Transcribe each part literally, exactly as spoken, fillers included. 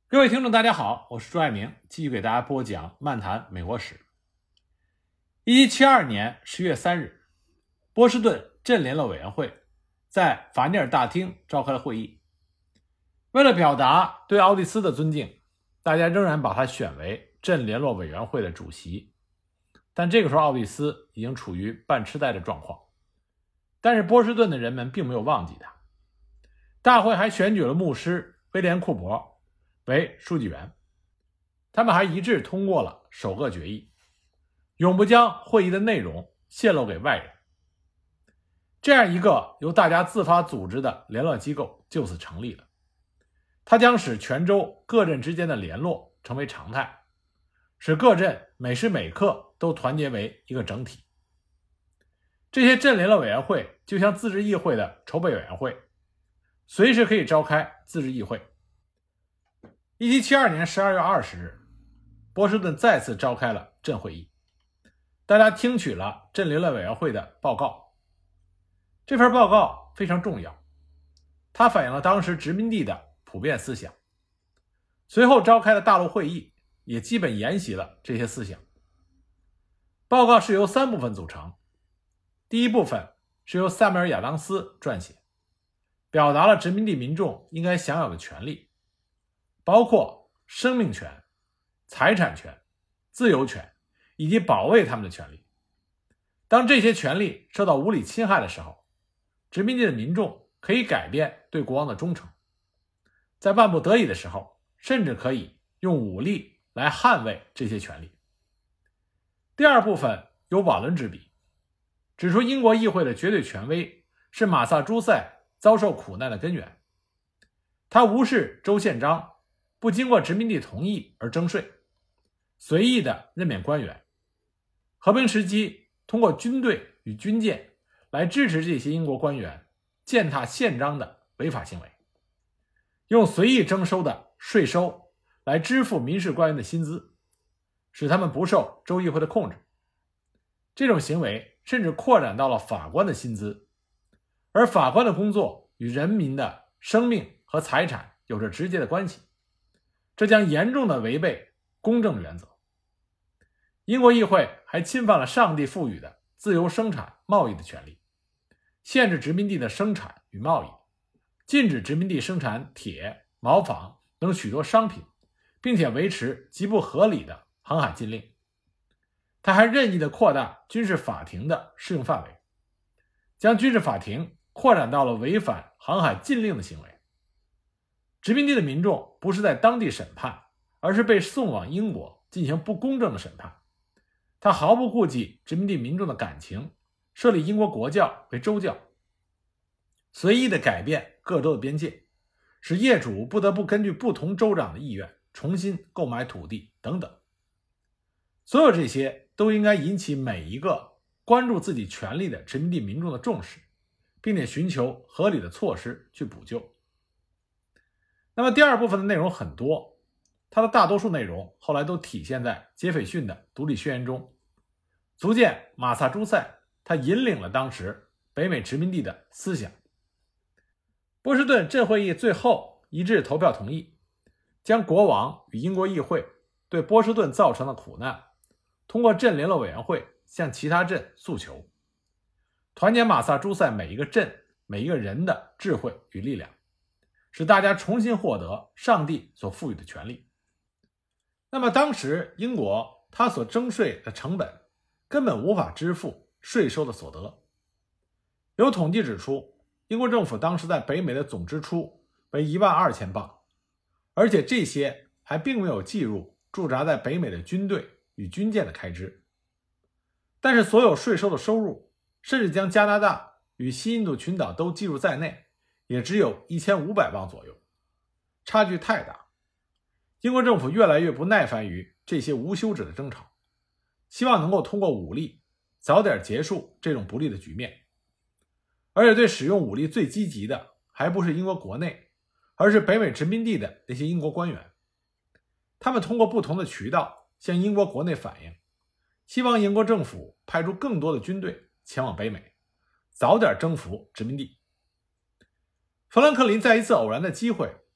各位听众大家好，我是朱爱明，继续给大家播讲漫谈美国史。一七七二年十月三日，波士顿镇联络委员会在法尼尔大厅召开了会议。为了表达对奥蒂斯的尊敬，大家仍然把他选为镇联络委员会的主席。但这个时候奥蒂斯已经处于半痴呆的状况。但是波士顿的人们并没有忘记他。大会还选举了牧师威廉库珀为书记员，他们还一致通过了首个决议，永不将会议的内容泄露给外人。这样一个由大家自发组织的联络机构就此成立了，它将使全州各镇之间的联络成为常态，使各镇每时每刻都团结为一个整体。这些镇联络委员会就像自治议会的筹备委员会，随时可以召开自治议会。一七七二年十二月二十日，波士顿再次召开了镇会议，大家听取了镇联络委员会的报告。这份报告非常重要，它反映了当时殖民地的普遍思想。随后召开的大陆会议也基本沿袭了这些思想。报告是由三部分组成，第一部分是由萨缪尔·亚当斯撰写，表达了殖民地民众应该享有的权利，包括生命权、财产权、自由权以及保卫他们的权利。当这些权利受到无理侵害的时候，殖民地的民众可以改变对国王的忠诚，在万不得已的时候，甚至可以用武力来捍卫这些权利。第二部分由瓦伦执笔，指出英国议会的绝对权威是马萨诸塞遭受苦难的根源。他无视州宪章，不经过殖民地同意而征税，随意的任免官员，和平时期通过军队与军舰来支持这些英国官员践踏宪章的违法行为，用随意征收的税收来支付民事官员的薪资，使他们不受州议会的控制。这种行为甚至扩展到了法官的薪资，而法官的工作与人民的生命和财产有着直接的关系，这将严重的违背公正原则。英国议会还侵犯了上帝赋予的自由生产贸易的权利，限制殖民地的生产与贸易，禁止殖民地生产铁、毛纺等许多商品，并且维持极不合理的航海禁令。他还任意地扩大军事法庭的适用范围，将军事法庭扩展到了违反航海禁令的行为。殖民地的民众不是在当地审判，而是被送往英国进行不公正的审判。他毫不顾及殖民地民众的感情，设立英国国教为州教，随意地改变各州的边界，使业主不得不根据不同州长的意愿重新购买土地等等。所有这些都应该引起每一个关注自己权利的殖民地民众的重视，并且寻求合理的措施去补救。那么第二部分的内容很多，它的大多数内容后来都体现在杰斐逊的独立宣言中，足见马萨诸塞他引领了当时北美殖民地的思想。波士顿镇会议最后一致投票同意，将国王与英国议会对波士顿造成的苦难通过镇联络委员会向其他镇诉求，团结马萨诸塞每一个镇每一个人的智慧与力量，使大家重新获得上帝所赋予的权利。那么当时英国他所征税的成本根本无法支付税收的所得。有统计指出，英国政府当时在北美的总支出为一万二千镑，而且这些还并没有计入驻扎在北美的军队与军舰的开支。但是所有税收的收入，甚至将加拿大与西印度群岛都计入在内，也只有一千五百镑左右，差距太大。英国政府越来越不耐烦于这些无休止的争吵，希望能够通过武力早点结束这种不利的局面。而且对使用武力最积极的还不是英国国内，而是北美殖民地的那些英国官员。他们通过不同的渠道向英国国内反映，希望英国政府派出更多的军队前往北美，早点征服殖民地。富兰克林在一次偶然的机会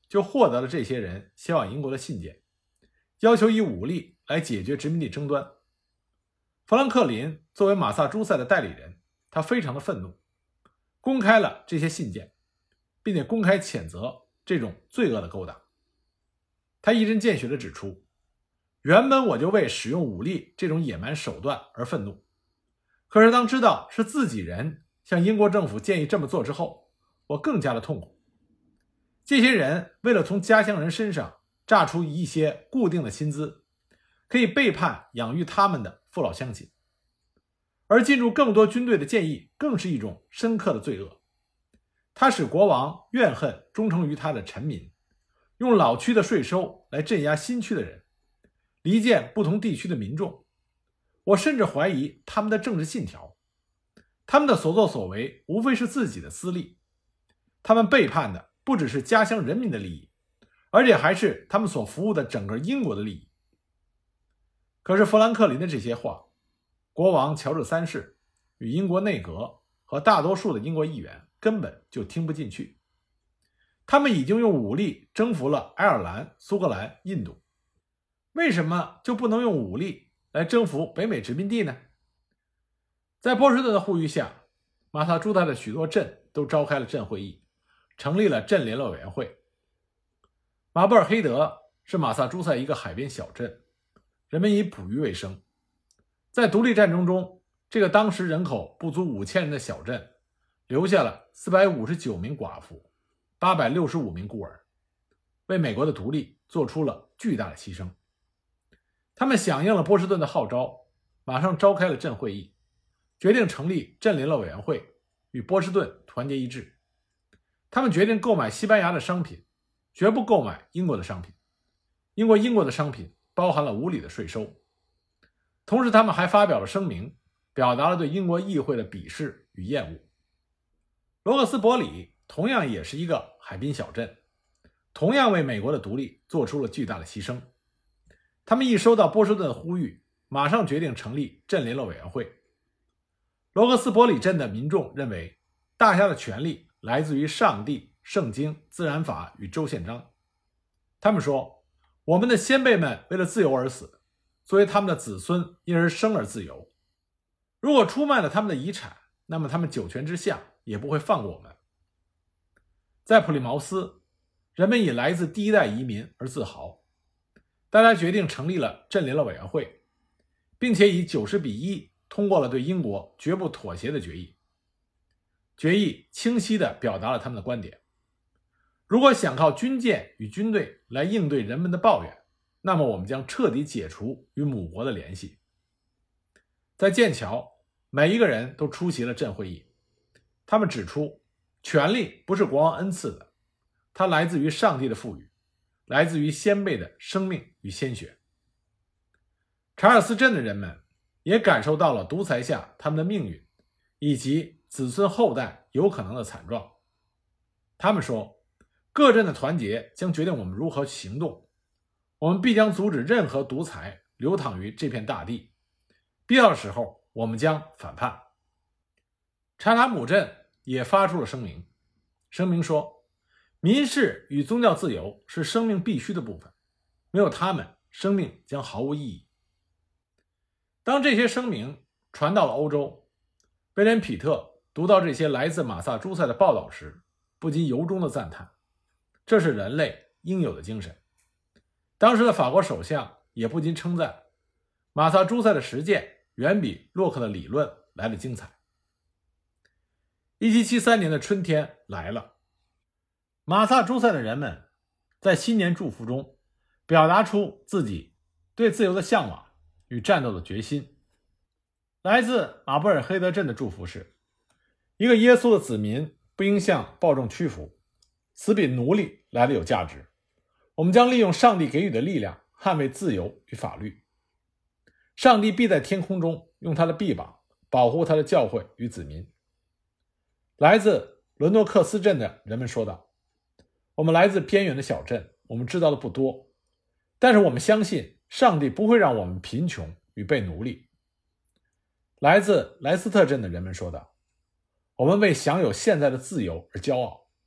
就获得了这些人前往英国的信件，要求以武力来解决殖民地争端。富兰克林作为马萨诸塞的代理人，他非常的愤怒，公开了这些信件，并且公开谴责这种罪恶的勾当。他一针见血地指出，原本我就为使用武力这种野蛮手段而愤怒，可是当知道是自己人向英国政府建议这么做之后，我更加的痛苦。这些人为了从家乡人身上榨出一些固定的薪资，可以背叛养育他们的父老乡亲，而进入更多军队的建议更是一种深刻的罪恶。他使国王怨恨忠诚于他的臣民，用老区的税收来镇压新区的人，离间不同地区的民众。我甚至怀疑他们的政治信条，他们的所作所为无非是自己的私利，他们背叛的不只是家乡人民的利益，而且还是他们所服务的整个英国的利益。可是富兰克林的这些话，国王乔治三世与英国内阁和大多数的英国议员根本就听不进去。他们已经用武力征服了爱尔兰、苏格兰、印度，为什么就不能用武力来征服北美殖民地呢？在波士顿的呼吁下，马萨诸塞的许多镇都召开了镇会议，成立了镇联络委员会。马布尔黑德是马萨诸塞一个海边小镇，人们以捕鱼为生。在独立战争中，这个当时人口不足五千人的小镇留下了四百五十九名寡妇，八百六十五名孤儿，为美国的独立做出了巨大的牺牲。他们响应了波士顿的号召，马上召开了镇会议，决定成立镇联络委员会，与波士顿团结一致。他们决定购买西班牙的商品，绝不购买英国的商品，因为英国的商品包含了无理的税收。同时他们还发表了声明，表达了对英国议会的鄙视与厌恶。罗克斯伯里同样也是一个海滨小镇，同样为美国的独立做出了巨大的牺牲。他们一收到波士顿的呼吁，马上决定成立镇联络委员会。罗克斯伯里镇的民众认为，大家的权利来自于上帝、圣经、自然法与州宪章。他们说，我们的先辈们为了自由而死，作为他们的子孙因而生而自由。如果出卖了他们的遗产，那么他们九泉之下也不会放过我们。在普利茅斯，人们以来自第一代移民而自豪。大家决定成立了镇联络委员会，并且以九十比一通过了对英国绝不妥协的决议。决议清晰地表达了他们的观点：如果想靠军舰与军队来应对人们的抱怨，那么我们将彻底解除与母国的联系。在剑桥，每一个人都出席了镇会议。他们指出，权力不是国王恩赐的，它来自于上帝的赋予，来自于先辈的生命与鲜血。查尔斯镇的人们也感受到了独裁下他们的命运，以及子孙后代有可能的惨状。他们说，各镇的团结将决定我们如何行动，我们必将阻止任何独裁流淌于这片大地，必要的时候我们将反叛。查塔姆镇也发出了声明，声明说，民事与宗教自由是生命必须的部分，没有他们，生命将毫无意义。当这些声明传到了欧洲，威廉·彼特读到这些来自马萨诸塞的报道时，不禁由衷的赞叹，这是人类应有的精神。当时的法国首相也不禁称赞，马萨诸塞的实践远比洛克的理论来得精彩。一七七三年的春天来了，马萨诸塞的人们在新年祝福中表达出自己对自由的向往与战斗的决心。来自马布尔黑德镇的祝福是，一个耶稣的子民不应向暴政屈服，死比奴隶来得有价值。我们将利用上帝给予的力量捍卫自由与法律。上帝必在天空中用他的臂膀保护他的教会与子民。来自伦诺克斯镇的人们说道，我们来自偏远的小镇，我们知道的不多，但是我们相信上帝不会让我们贫穷与被奴隶。来自莱斯特镇的人们说道，我们为享有现在的自由而骄傲，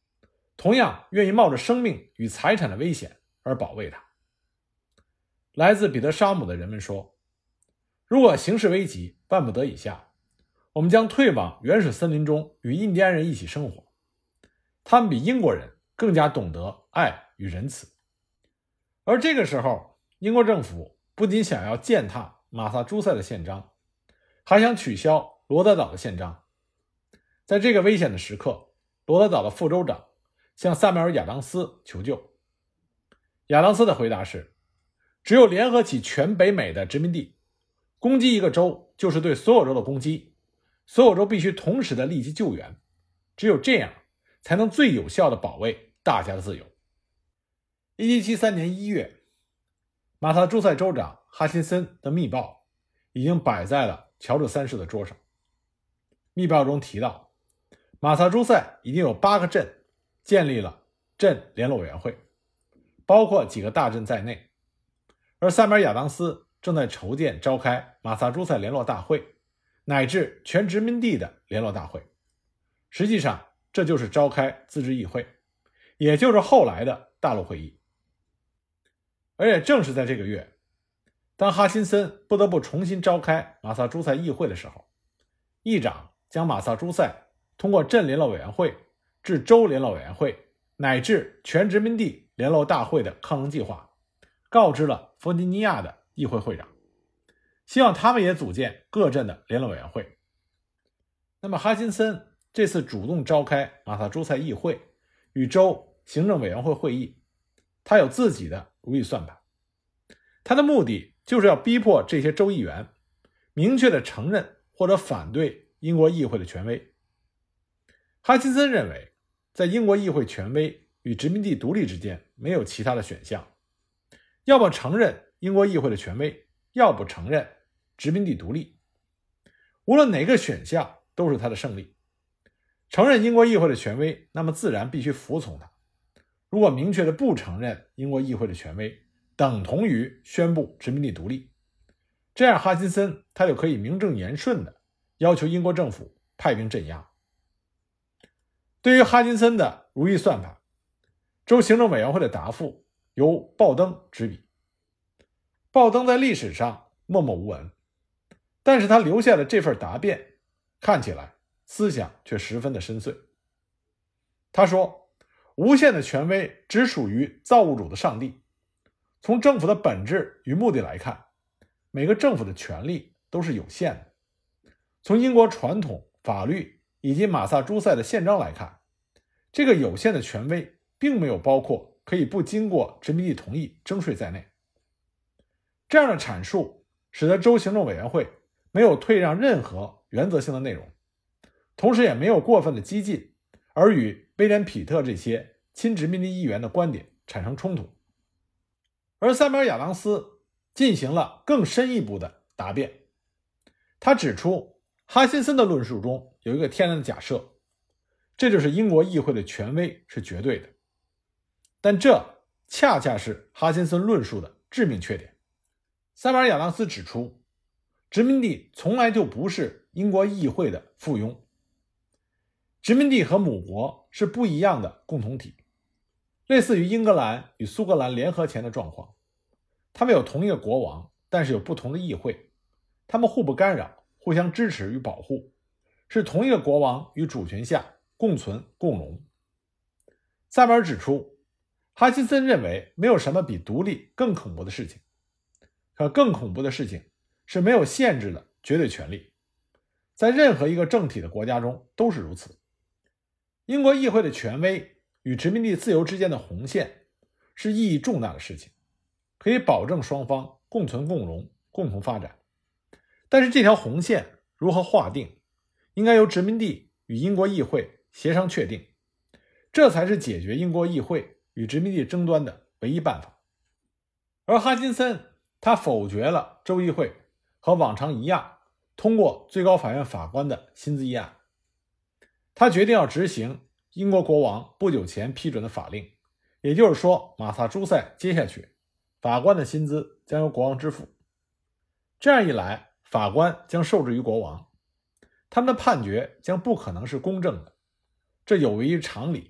同样愿意冒着生命与财产的危险而保卫它。来自彼得沙姆的人们说，如果形势危急，万不得已下，我们将退往原始森林中与印第安人一起生活。他们比英国人更加懂得爱与仁慈。而这个时候，英国政府不仅想要践踏马萨诸塞的宪章，还想取消罗德岛的宪章。在这个危险的时刻，罗德岛的副州长向萨缪尔·亚当斯求救。亚当斯的回答是，只有联合起全北美的殖民地，攻击一个州就是对所有州的攻击，所有州必须同时的立即救援，只有这样才能最有效地保卫大家的自由。一七七三年一月，马萨诸塞州长哈辛森的密报已经摆在了乔治三世的桌上。密报中提到，马萨诸塞已经有八个镇建立了镇联络委员会，包括几个大镇在内，而萨缪尔·亚当斯正在筹建召开马萨诸塞联络大会，乃至全殖民地的联络大会。实际上，这就是召开自治议会，也就是后来的大陆会议。而也正是在这个月，当哈辛森不得不重新召开马萨诸塞议会的时候，议长将马萨诸塞通过镇联络委员会至州联络委员会乃至全殖民地联络大会的抗争计划告知了弗吉尼亚的议会会长，希望他们也组建各镇的联络委员会。那么哈辛森这次主动召开马萨诸塞议会与州行政委员会会议，他有自己的如意算盘。他的目的就是要逼迫这些州议员明确地承认或者反对英国议会的权威。哈辛森认为，在英国议会权威与殖民地独立之间没有其他的选项，要么承认英国议会的权威，要不承认殖民地独立。无论哪个选项都是他的胜利。承认英国议会的权威，那么自然必须服从他。如果明确的不承认英国议会的权威，等同于宣布殖民地独立，这样哈辛森他就可以名正言顺的要求英国政府派兵镇压。对于哈辛森的如意算盘，州行政委员会的答复由鲍登执笔。鲍登在历史上默默无闻，但是他留下的这份答辩看起来思想却十分的深邃。他说，无限的权威只属于造物主的上帝。从政府的本质与目的来看，每个政府的权力都是有限的。从英国传统、法律以及马萨诸塞的宪章来看，这个有限的权威并没有包括可以不经过殖民地同意征税在内。这样的阐述使得州行政委员会没有退让任何原则性的内容，同时也没有过分的激进，而与威廉·彼特这些亲殖民地议员的观点产生冲突。而萨缪尔·亚当斯进行了更深一步的答辩。他指出，哈辛森的论述中有一个天然的假设，这就是英国议会的权威是绝对的。但这恰恰是哈辛森论述的致命缺点。萨缪尔·亚当斯指出，殖民地从来就不是英国议会的附庸。殖民地和母国是不一样的共同体，类似于英格兰与苏格兰联合前的状况，他们有同一个国王，但是有不同的议会，他们互不干扰，互相支持与保护，是同一个国王与主权下共存共荣。萨缪尔指出，哈辛森认为没有什么比独立更恐怖的事情，可更恐怖的事情是没有限制的绝对权利，在任何一个政体的国家中都是如此。英国议会的权威与殖民地自由之间的红线是意义重大的事情，可以保证双方共存共荣，共同发展。但是这条红线如何划定，应该由殖民地与英国议会协商确定，这才是解决英国议会与殖民地争端的唯一办法。而哈辛森他否决了州议会和往常一样通过最高法院法官的薪资议案，他决定要执行英国国王不久前批准的法令，也就是说，马萨诸塞接下去法官的薪资将由国王支付。这样一来，法官将受制于国王，他们的判决将不可能是公正的，这有违于常理，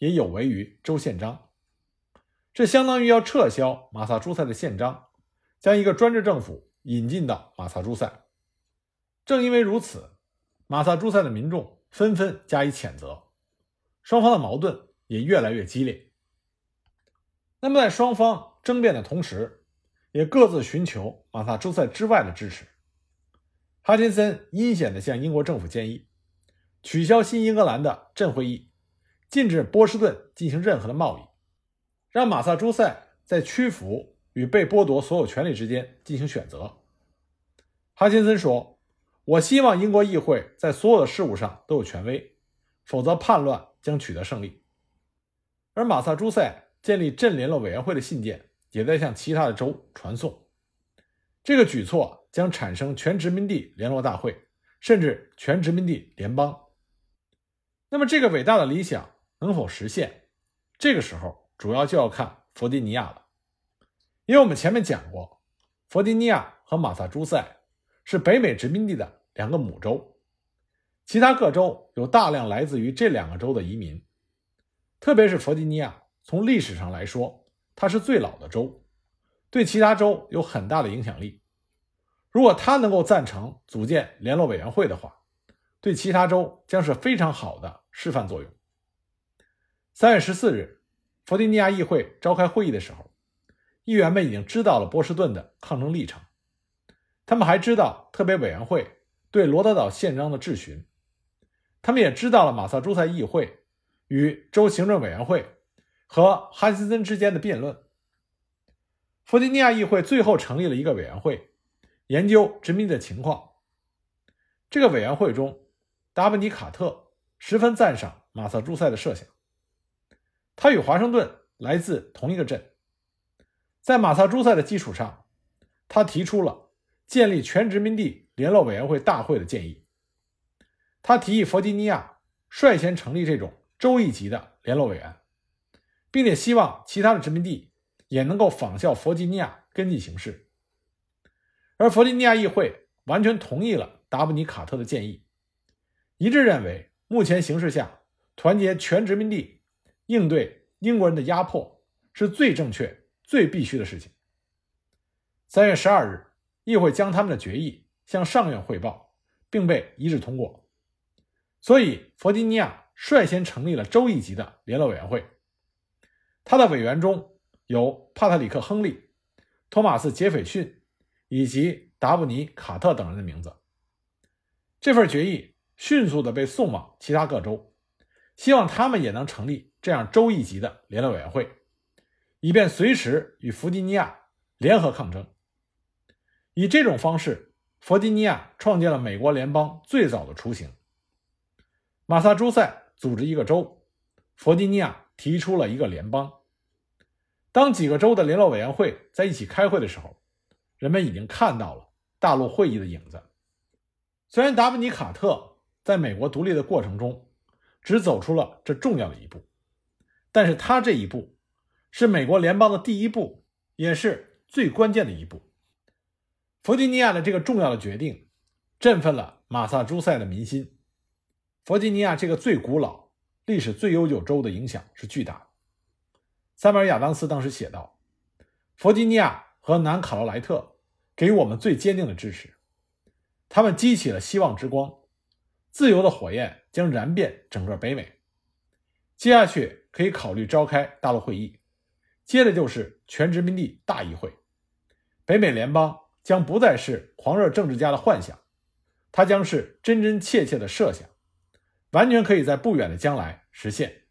也有违于州宪章。这相当于要撤销马萨诸塞的宪章，将一个专制政府引进到马萨诸塞。正因为如此，马萨诸塞的民众纷纷加以谴责，双方的矛盾也越来越激烈。那么在双方争辩的同时，也各自寻求马萨诸塞之外的支持。哈钦森阴险地向英国政府建议取消新英格兰的镇会议，禁止波士顿进行任何的贸易，让马萨诸塞在屈服与被剥夺所有权利之间进行选择。哈钦森说，我希望英国议会在所有的事务上都有权威，否则叛乱将取得胜利。而马萨诸塞建立镇联络委员会的信件也在向其他的州传送。这个举措将产生全殖民地联络大会，甚至全殖民地联邦。那么这个伟大的理想能否实现，这个时候主要就要看弗吉尼亚了。因为我们前面讲过，弗吉尼亚和马萨诸塞是北美殖民地的两个母州，其他各州有大量来自于这两个州的移民，特别是弗吉尼亚，从历史上来说，它是最老的州，对其他州有很大的影响力。如果他能够赞成组建联络委员会的话，对其他州将是非常好的示范作用。三月十四日，弗吉尼亚议会召开会议的时候，议员们已经知道了波士顿的抗争历程，他们还知道特别委员会对罗德岛宪章的质询，他们也知道了马萨诸塞议会与州行政委员会和哈钦森之间的辩论。弗吉尼亚议会最后成立了一个委员会，研究殖民地的情况。这个委员会中，达布尼卡特十分赞赏马萨诸塞的设想。他与华盛顿来自同一个镇，在马萨诸塞的基础上，他提出了建立全殖民地联络委员会大会的建议。他提议弗吉尼亚率先成立这种州一级的联络委员，并且希望其他的殖民地也能够仿效弗吉尼亚跟进行事。而弗吉尼亚议会完全同意了达布尼卡特的建议，一致认为目前形势下团结全殖民地应对英国人的压迫是最正确最必须的事情。三月十二日，议会将他们的决议向上院汇报，并被一致通过。所以弗吉尼亚率先成立了州一级的联络委员会，他的委员中有帕特里克·亨利、托马斯·杰斐逊以及达布尼·卡特等人的名字。这份决议迅速地被送往其他各州，希望他们也能成立这样州一级的联络委员会，以便随时与弗吉尼亚联合抗争。以这种方式，弗吉尼亚创建了美国联邦最早的雏形。马萨诸塞组织一个州，弗吉尼亚提出了一个联邦。当几个州的联络委员会在一起开会的时候，人们已经看到了大陆会议的影子。虽然达布尼卡特在美国独立的过程中只走出了这重要的一步，但是他这一步是美国联邦的第一步，也是最关键的一步。弗吉尼亚的这个重要的决定振奋了马萨诸塞的民心。弗吉尼亚这个最古老、历史最悠久州的影响是巨大的。塞缪尔·亚当斯当时写道，弗吉尼亚和南卡罗来特给予我们最坚定的支持，他们激起了希望之光，自由的火焰将燃遍整个北美。接下去可以考虑召开大陆会议，接着就是全殖民地大议会。北美联邦将不再是狂热政治家的幻想，它将是真真切切的设想，完全可以在不远的将来实现。